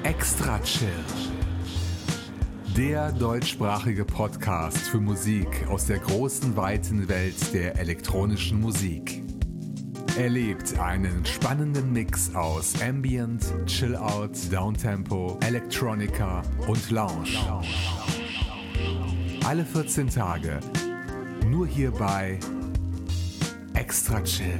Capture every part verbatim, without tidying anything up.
Extra Chill. Der deutschsprachige Podcast für Musik aus der großen, weiten Welt der elektronischen Musik. Erlebt einen spannenden Mix aus Ambient, Chill-Out, Downtempo, Electronica und Lounge. Alle vierzehn Tage, nur hier bei Extra Chill.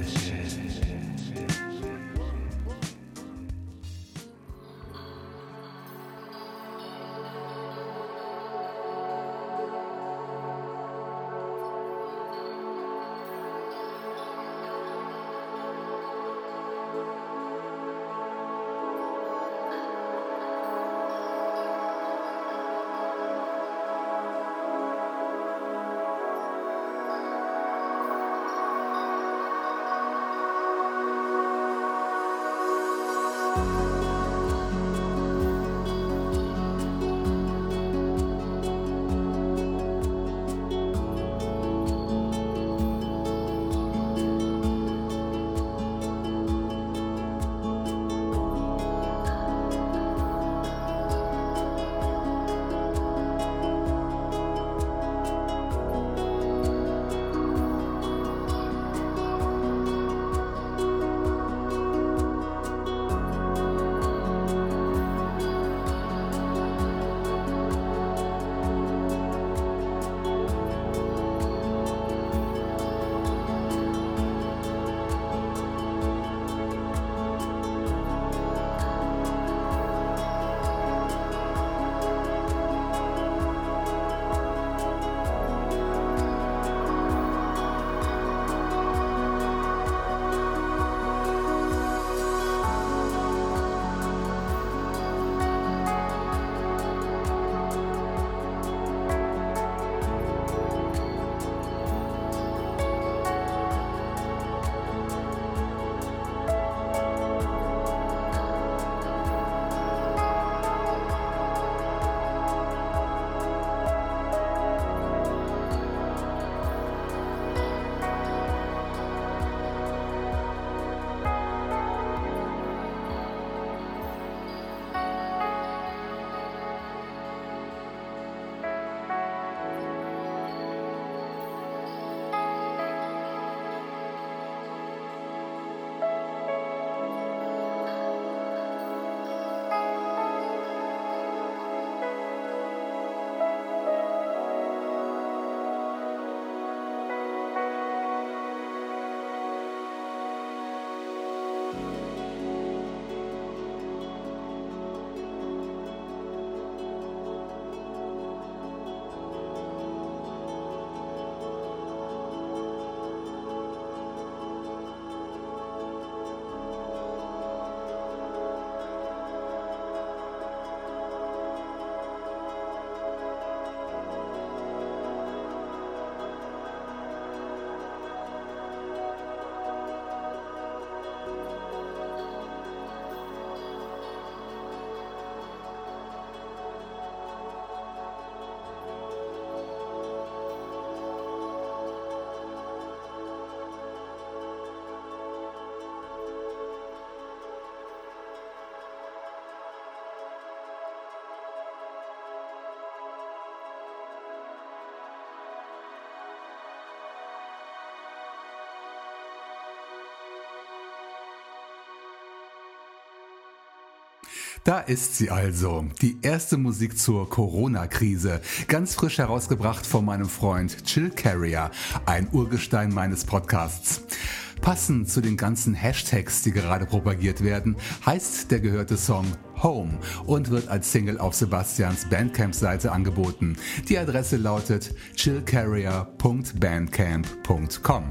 Da ist sie also, die erste Musik zur Corona-Krise, ganz frisch herausgebracht von meinem Freund Chill Carrier, ein Urgestein meines Podcasts. Passend zu den ganzen Hashtags, die gerade propagiert werden, heißt der gehörte Song Home und wird als Single auf Sebastians Bandcamp-Seite angeboten. Die Adresse lautet chill carrier punkt bandcamp punkt com.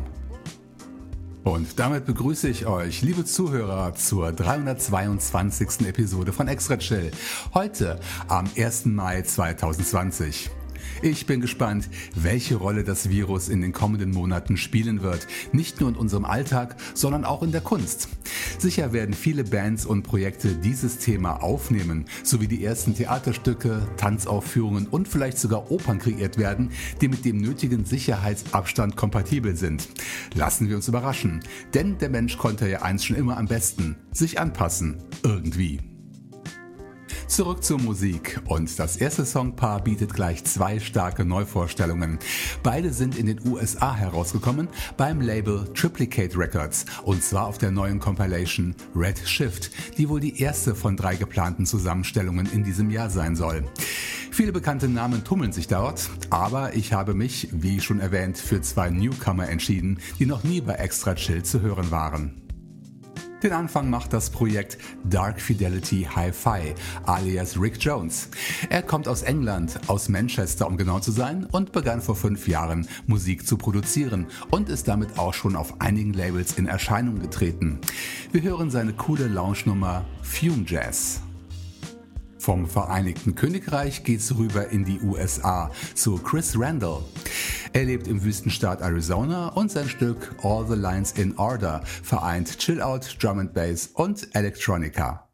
Und damit begrüße ich euch, liebe Zuhörer, zur dreihundertzweiundzwanzigsten Episode von Extra Chill. Heute am ersten Mai zweitausendzwanzig. Ich bin gespannt, welche Rolle das Virus in den kommenden Monaten spielen wird. Nicht nur in unserem Alltag, sondern auch in der Kunst. Sicher werden viele Bands und Projekte dieses Thema aufnehmen, sowie die ersten Theaterstücke, Tanzaufführungen und vielleicht sogar Opern kreiert werden, die mit dem nötigen Sicherheitsabstand kompatibel sind. Lassen wir uns überraschen, denn der Mensch konnte ja eins schon immer am besten: sich anpassen. Irgendwie. Zurück zur Musik und das erste Songpaar bietet gleich zwei starke Neuvorstellungen. Beide sind in den U S A herausgekommen beim Label Triplicate Records und zwar auf der neuen Compilation Red Shift, die wohl die erste von drei geplanten Zusammenstellungen in diesem Jahr sein soll. Viele bekannte Namen tummeln sich dort, aber ich habe mich, wie schon erwähnt, für zwei Newcomer entschieden, die noch nie bei Extra Chill zu hören waren. Den Anfang macht das Projekt Dark Fidelity Hi-Fi, alias Rick Jones. Er kommt aus England, aus Manchester um genau zu sein, und begann vor fünf Jahren Musik zu produzieren und ist damit auch schon auf einigen Labels in Erscheinung getreten. Wir hören seine coole Lounge-Nummer Fume Jazz. Vom Vereinigten Königreich geht's rüber in die U S A zu Chris Randall. Er lebt im Wüstenstaat Arizona und sein Stück All the Lines in Order vereint Chill-Out, Drum and Bass und Electronica.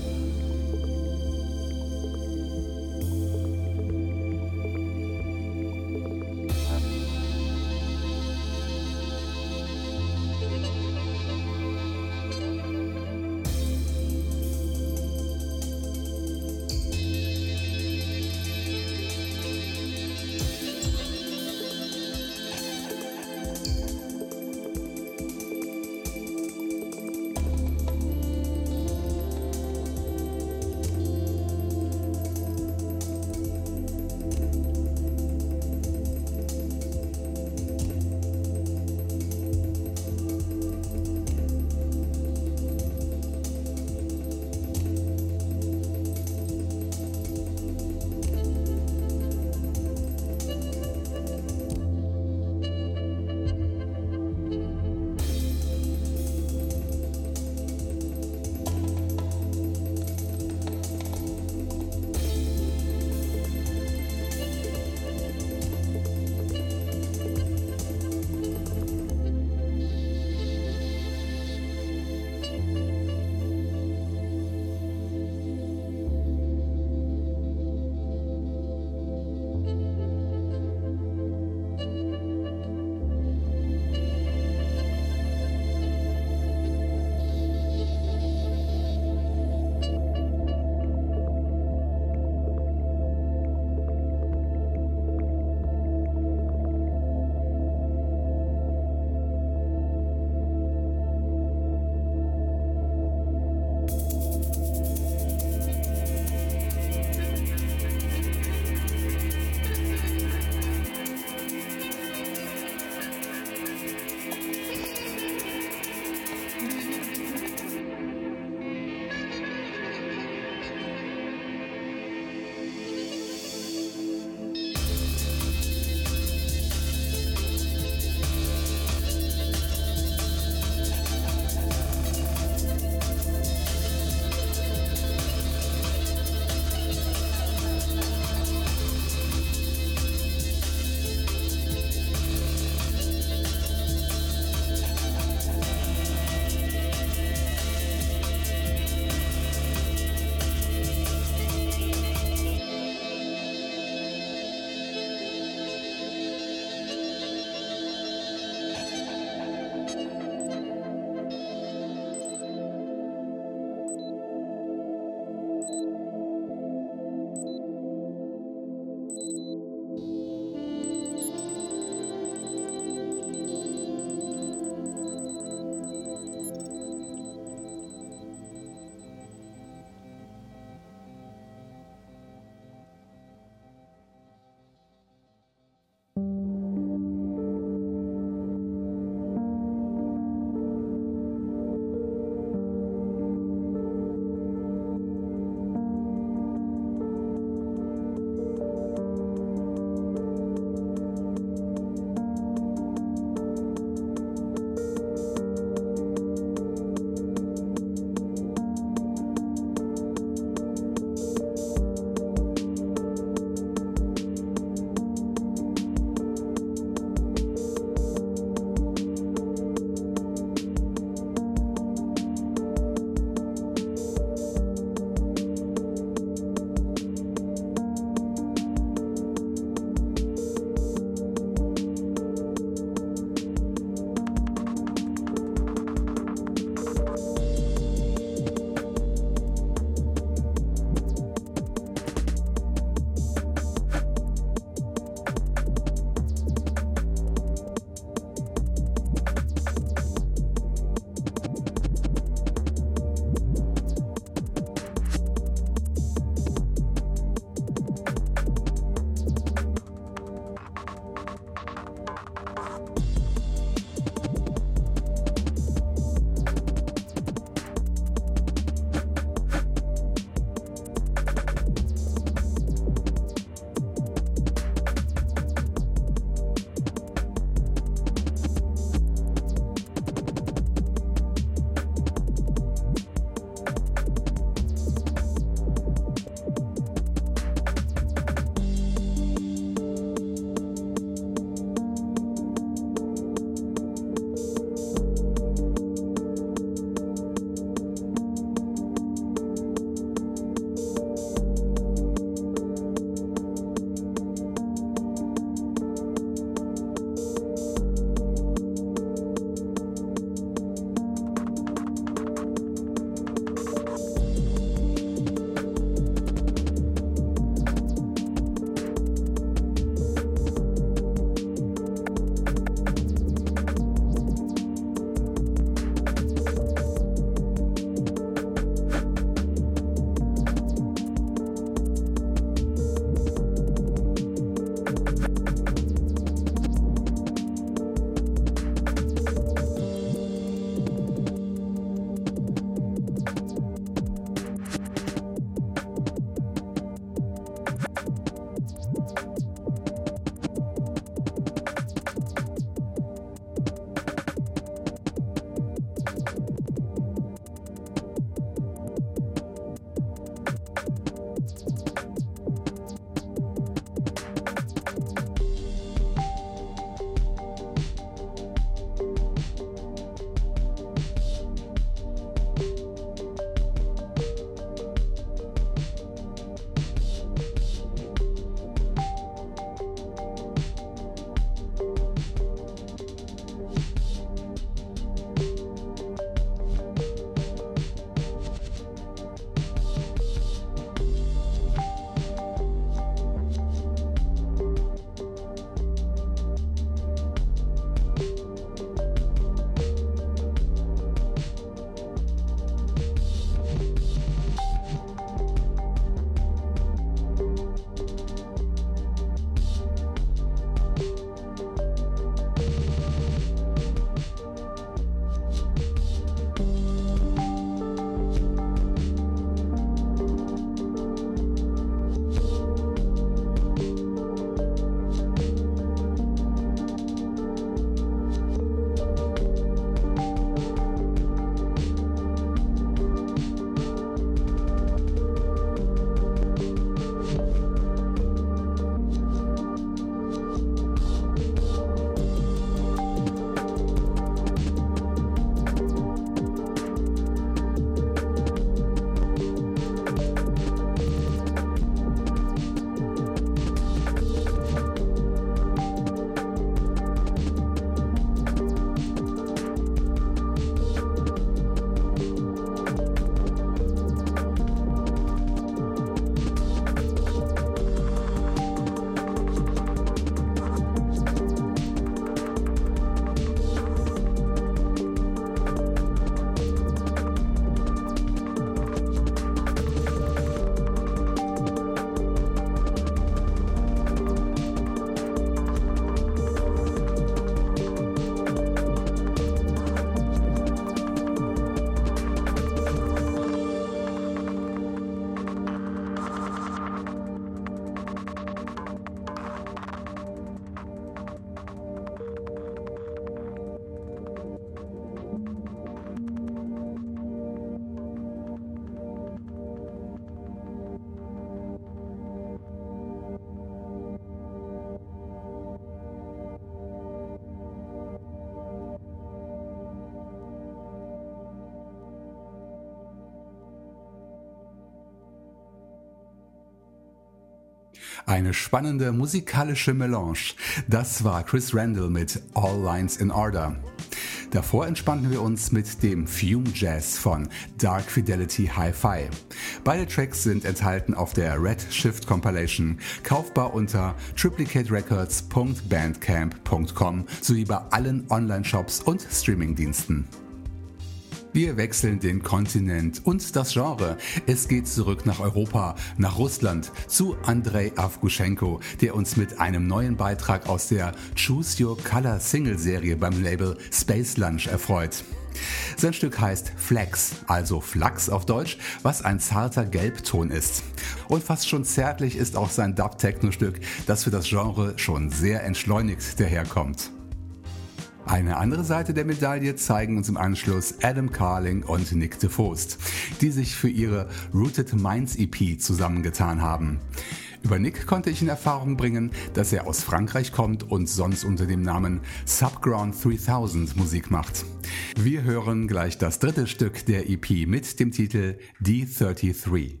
Eine spannende musikalische Melange. Das war Chris Randall mit All Lines in Order. Davor entspannten wir uns mit dem Fume Jazz von Dark Fidelity Hi-Fi. Beide Tracks sind enthalten auf der Red Shift Compilation, kaufbar unter triplicate records punkt bandcamp punkt com sowie bei allen Online-Shops und Streamingdiensten. Wir wechseln den Kontinent und das Genre. Es geht zurück nach Europa, nach Russland, zu Andrei Avguschenko, der uns mit einem neuen Beitrag aus der Choose Your Color Single-Serie beim Label Space Lunch erfreut. Sein Stück heißt Flex, also Flachs auf Deutsch, was ein zarter Gelbton ist. Und fast schon zärtlich ist auch sein Dub-Techno-Stück, das für das Genre schon sehr entschleunigt daherkommt. Eine andere Seite der Medaille zeigen uns im Anschluss Adam Carling und Nick DeFost, die sich für ihre Rooted Minds E P zusammengetan haben. Über Nick konnte ich in Erfahrung bringen, dass er aus Frankreich kommt und sonst unter dem Namen Subground dreitausend Musik macht. Wir hören gleich das dritte Stück der E P mit dem Titel D dreiunddreißig.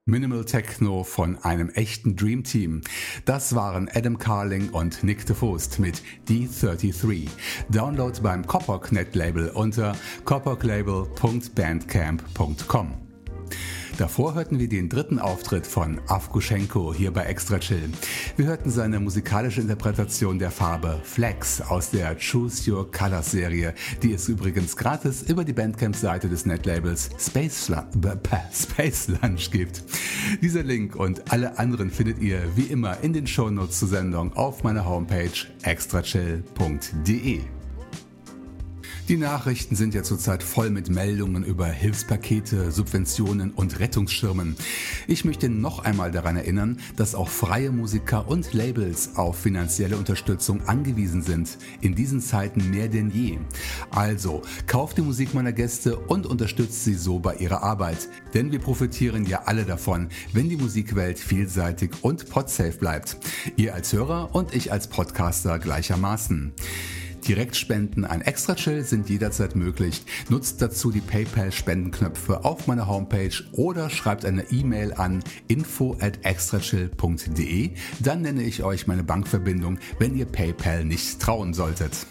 Minimal Techno von einem echten Dream Team. Das waren Adam Carling und Nick DeFost mit D dreiunddreißig. Download beim Coppock Netlabel unter coppock-label punkt bandcamp punkt com. Davor hörten wir den dritten Auftritt von Avguschenko hier bei Extra Chill. Wir hörten seine musikalische Interpretation der Farbe Flex aus der Choose Your Colors Serie, die es übrigens gratis über die Bandcamp-Seite des Netlabels Space, Lu- Space Lunch gibt. Dieser Link und alle anderen findet ihr wie immer in den Shownotes zur Sendung auf meiner Homepage extrachill punkt de. Die Nachrichten sind ja zurzeit voll mit Meldungen über Hilfspakete, Subventionen und Rettungsschirmen. Ich möchte noch einmal daran erinnern, dass auch freie Musiker und Labels auf finanzielle Unterstützung angewiesen sind, in diesen Zeiten mehr denn je. Also, kauft die Musik meiner Gäste und unterstützt sie so bei ihrer Arbeit. Denn wir profitieren ja alle davon, wenn die Musikwelt vielseitig und podsafe bleibt. Ihr als Hörer und ich als Podcaster gleichermaßen. Direktspenden an Extra Chill sind jederzeit möglich. Nutzt dazu die PayPal-Spendenknöpfe auf meiner Homepage oder schreibt eine E-Mail an info at extrachill punkt de. Dann nenne ich euch meine Bankverbindung, wenn ihr PayPal nicht trauen solltet.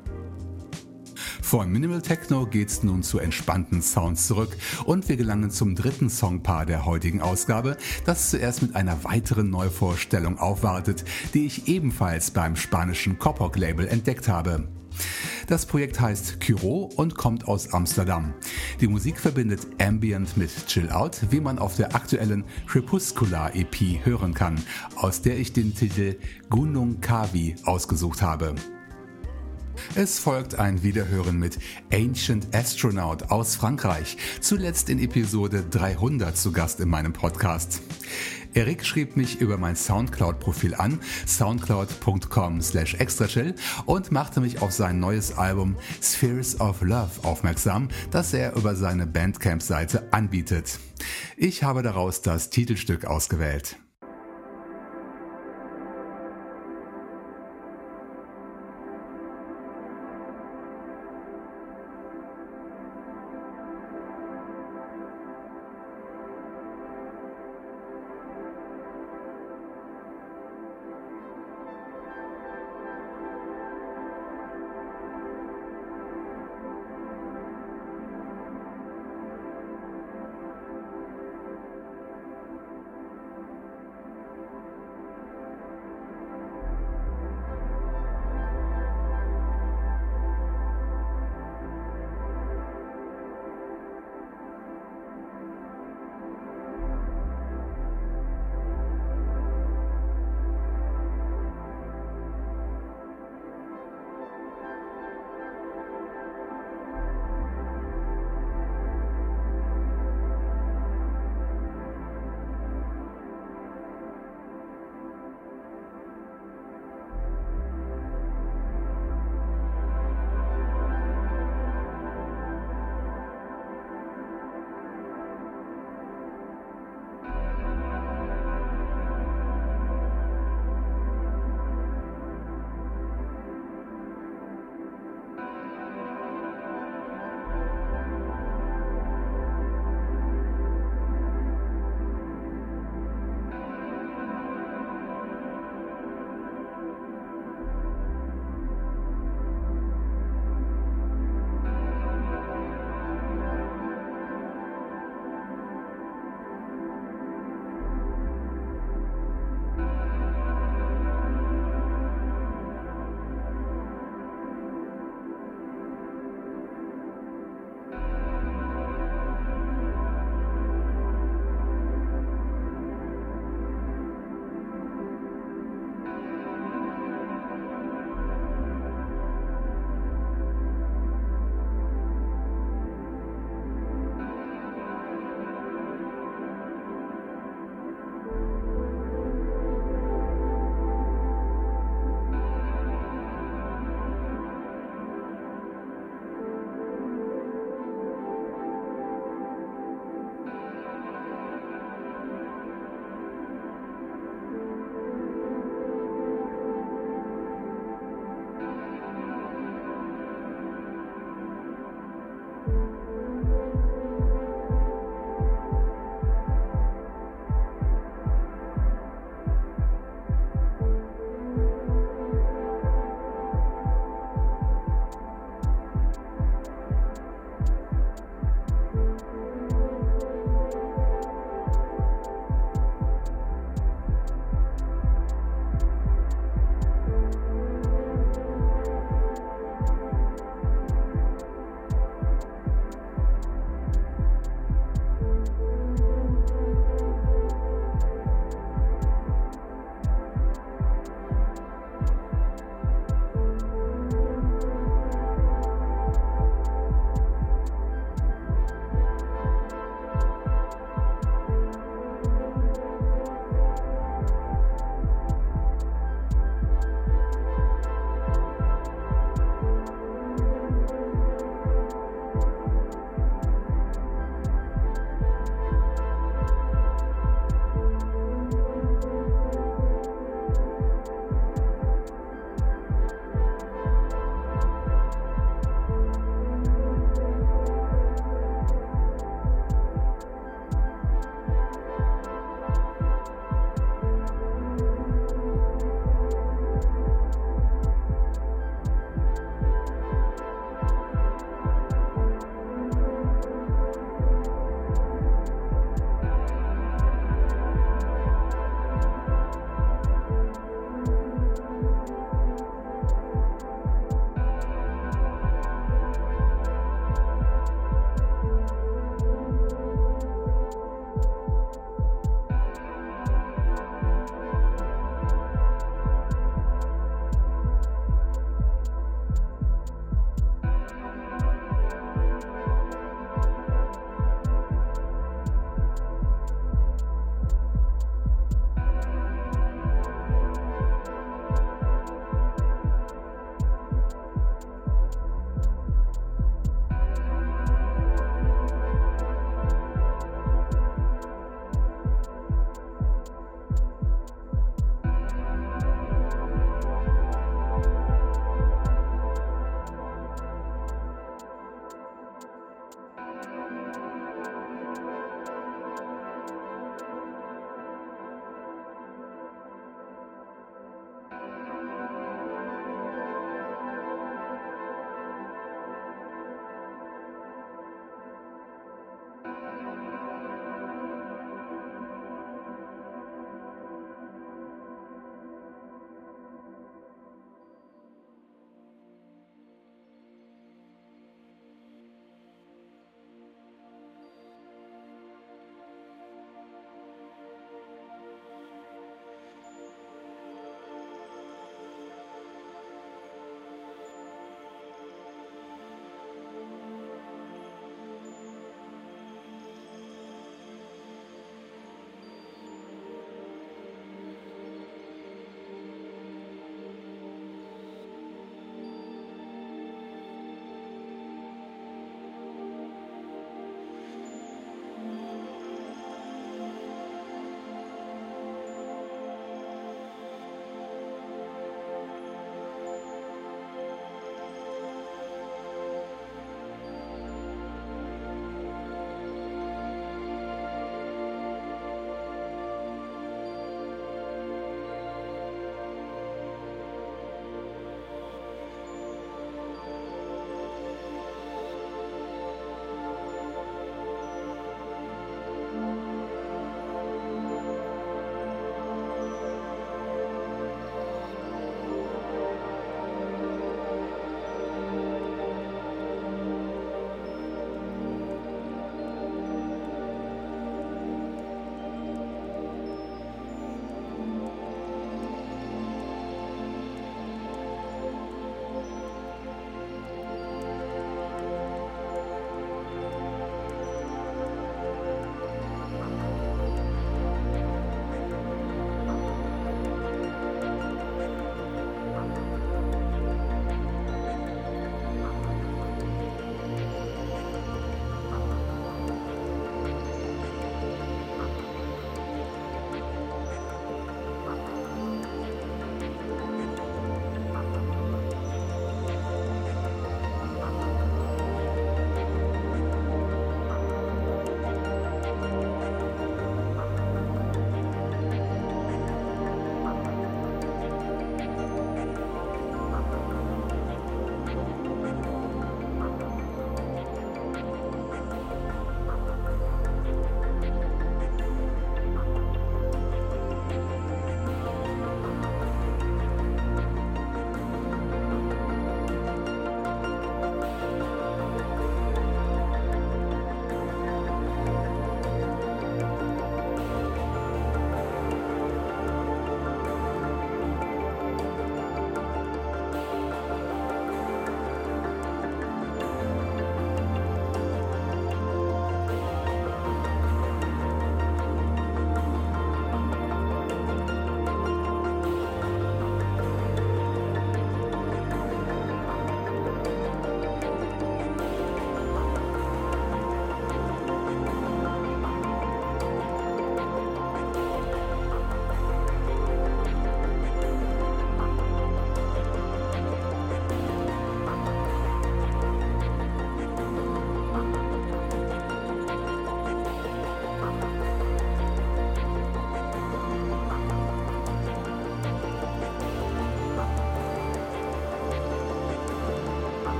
Von Minimal Techno geht's nun zu entspannten Sounds zurück und wir gelangen zum dritten Songpaar der heutigen Ausgabe, das zuerst mit einer weiteren Neuvorstellung aufwartet, die ich ebenfalls beim spanischen Coppock-Label entdeckt habe. Das Projekt heißt Kyro und kommt aus Amsterdam. Die Musik verbindet Ambient mit Chill Out, wie man auf der aktuellen Crepuscular E P hören kann, aus der ich den Titel Gunung Kavi ausgesucht habe. Es folgt ein Wiederhören mit Ancient Astronaut aus Frankreich, zuletzt in Episode dreihundert zu Gast in meinem Podcast. Eric schrieb mich über mein Soundcloud-Profil an, soundcloud punkt com slash extrachill, und machte mich auf sein neues Album Spheres of Love aufmerksam, das er über seine Bandcamp-Seite anbietet. Ich habe daraus das Titelstück ausgewählt.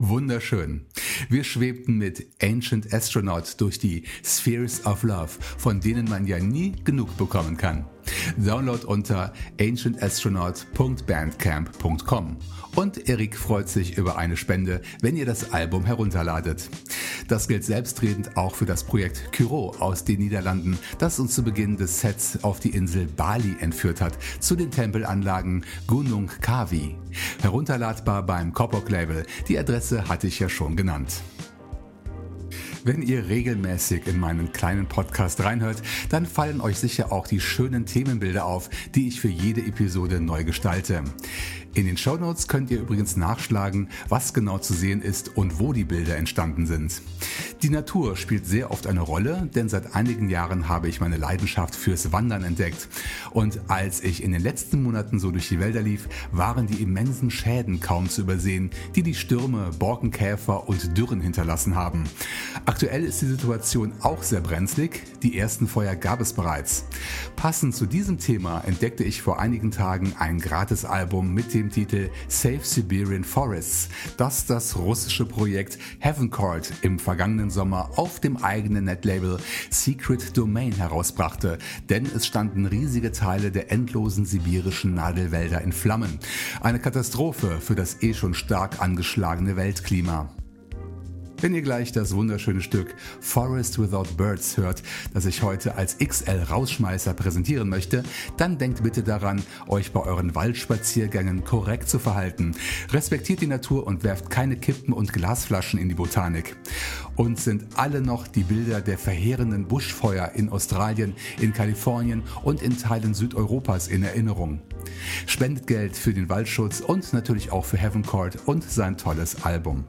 Wunderschön. Wir schwebten mit Ancient Astronaut durch die Spheres of Love, von denen man ja nie genug bekommen kann. Download unter ancient astronaut punkt bandcamp punkt com. Und Erik freut sich über eine Spende, wenn ihr das Album herunterladet. Das gilt selbstredend auch für das Projekt Kyro aus den Niederlanden, das uns zu Beginn des Sets auf die Insel Bali entführt hat, zu den Tempelanlagen Gunung Kawi. Herunterladbar beim Kopok-Label, die Adresse hatte ich ja schon genannt. Wenn ihr regelmäßig in meinen kleinen Podcast reinhört, dann fallen euch sicher auch die schönen Themenbilder auf, die ich für jede Episode neu gestalte. In den Shownotes könnt ihr übrigens nachschlagen, was genau zu sehen ist und wo die Bilder entstanden sind. Die Natur spielt sehr oft eine Rolle, denn seit einigen Jahren habe ich meine Leidenschaft fürs Wandern entdeckt. Und als ich in den letzten Monaten so durch die Wälder lief, waren die immensen Schäden kaum zu übersehen, die die Stürme, Borkenkäfer und Dürren hinterlassen haben. Aktuell ist die Situation auch sehr brenzlig, die ersten Feuer gab es bereits. Passend zu diesem Thema entdeckte ich vor einigen Tagen ein Gratisalbum mit dem Titel Save Siberian Forests, das das russische Projekt Heaven Chord im vergangenen Sommer auf dem eigenen Netlabel Secret Domain herausbrachte, denn es standen riesige Teile der endlosen sibirischen Nadelwälder in Flammen. Eine Katastrophe für das eh schon stark angeschlagene Weltklima. Wenn ihr gleich das wunderschöne Stück Forest Without Birds hört, das ich heute als X L-Rausschmeißer präsentieren möchte, dann denkt bitte daran, euch bei euren Waldspaziergängen korrekt zu verhalten. Respektiert die Natur und werft keine Kippen und Glasflaschen in die Botanik. Uns sind alle noch die Bilder der verheerenden Buschfeuer in Australien, in Kalifornien und in Teilen Südeuropas in Erinnerung. Spendet Geld für den Waldschutz und natürlich auch für Heaven Chord und sein tolles Album.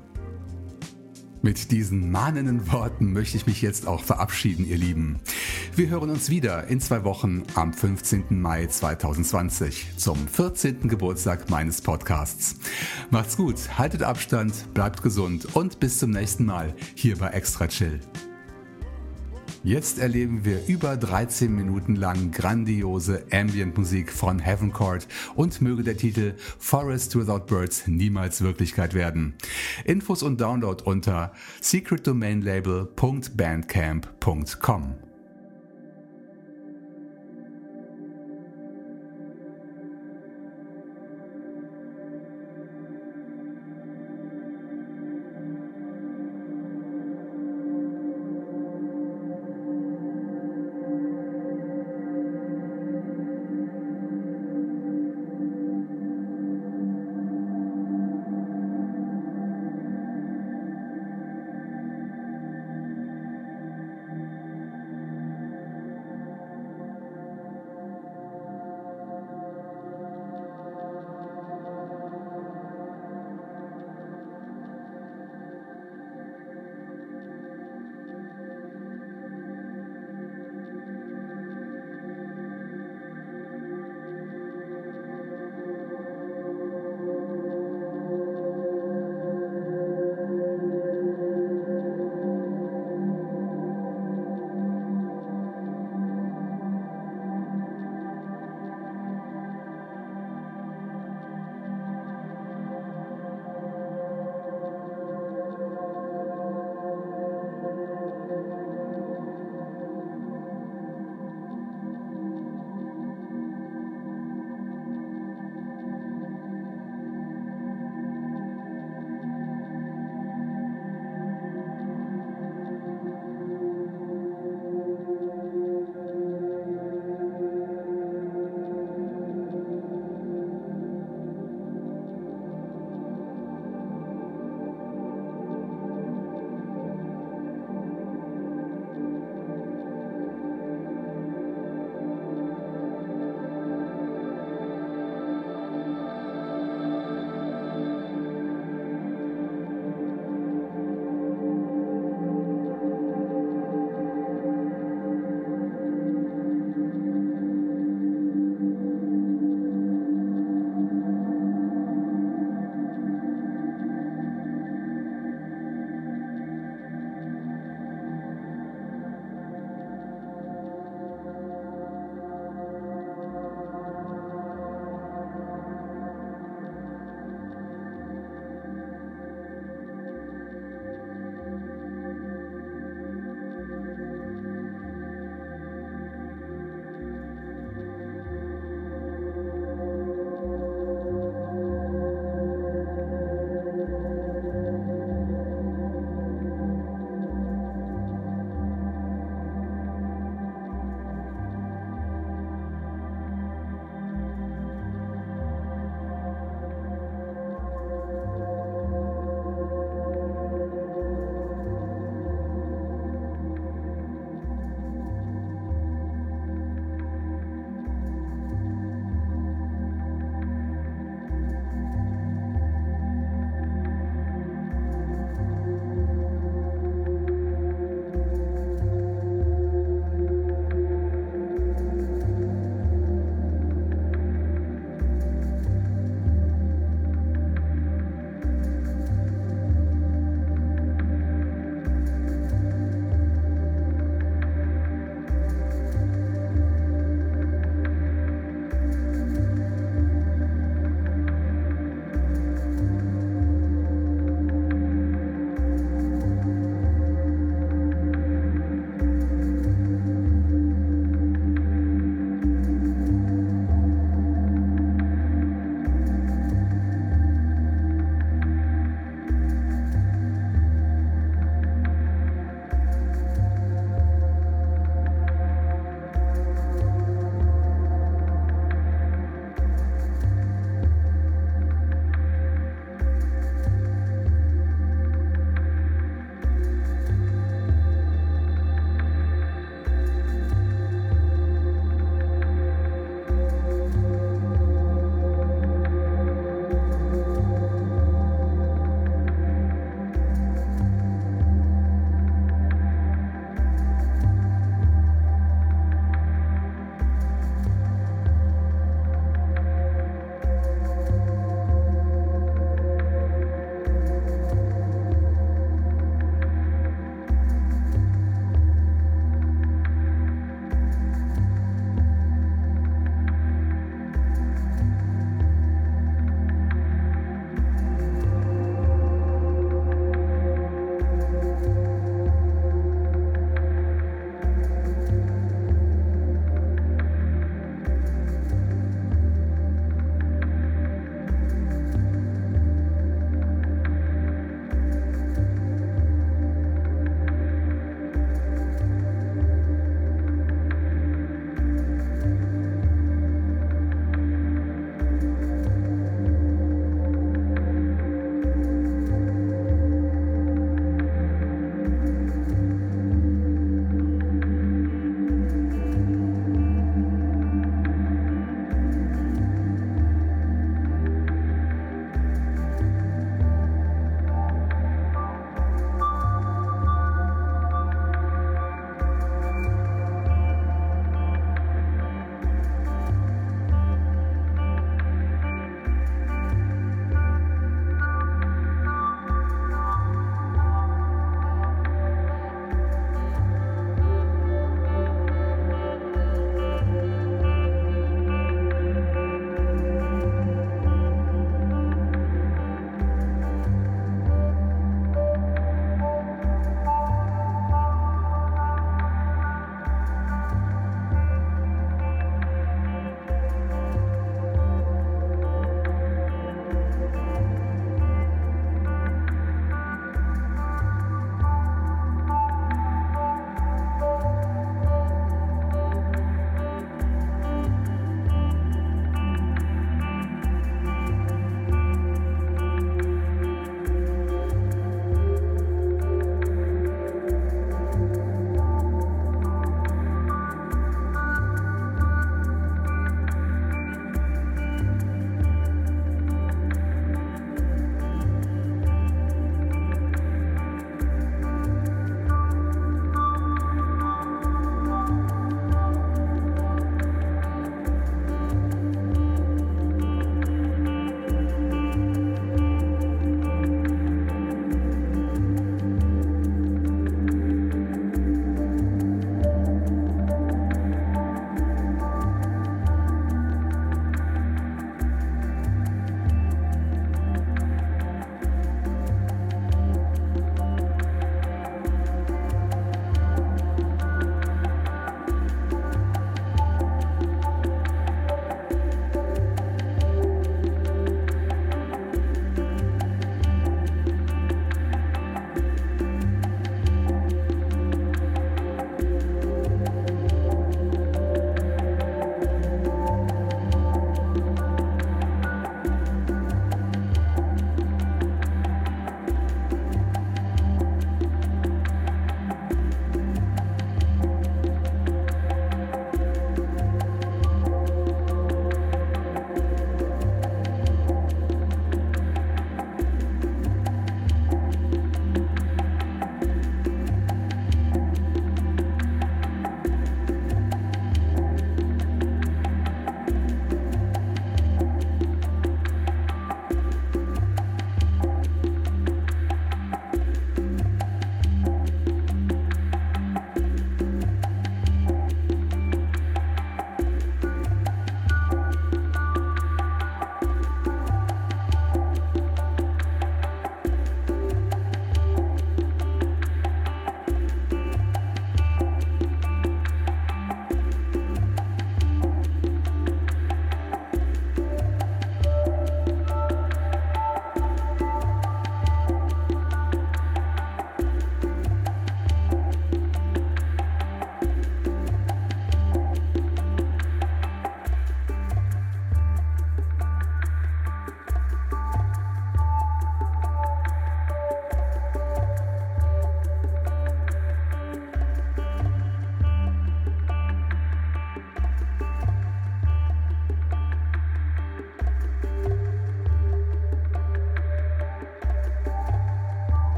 Mit diesen mahnenden Worten möchte ich mich jetzt auch verabschieden, ihr Lieben. Wir hören uns wieder in zwei Wochen am fünfzehnten Mai zweitausendzwanzig zum vierzehnten Geburtstag meines Podcasts. Macht's gut, haltet Abstand, bleibt gesund und bis zum nächsten Mal hier bei Extra Chill. Jetzt erleben wir über dreizehn Minuten lang grandiose Ambient-Musik von Heaven Chord und möge der Titel Forest Without Birds niemals Wirklichkeit werden. Infos und Download unter secret domain label punkt bandcamp punkt com.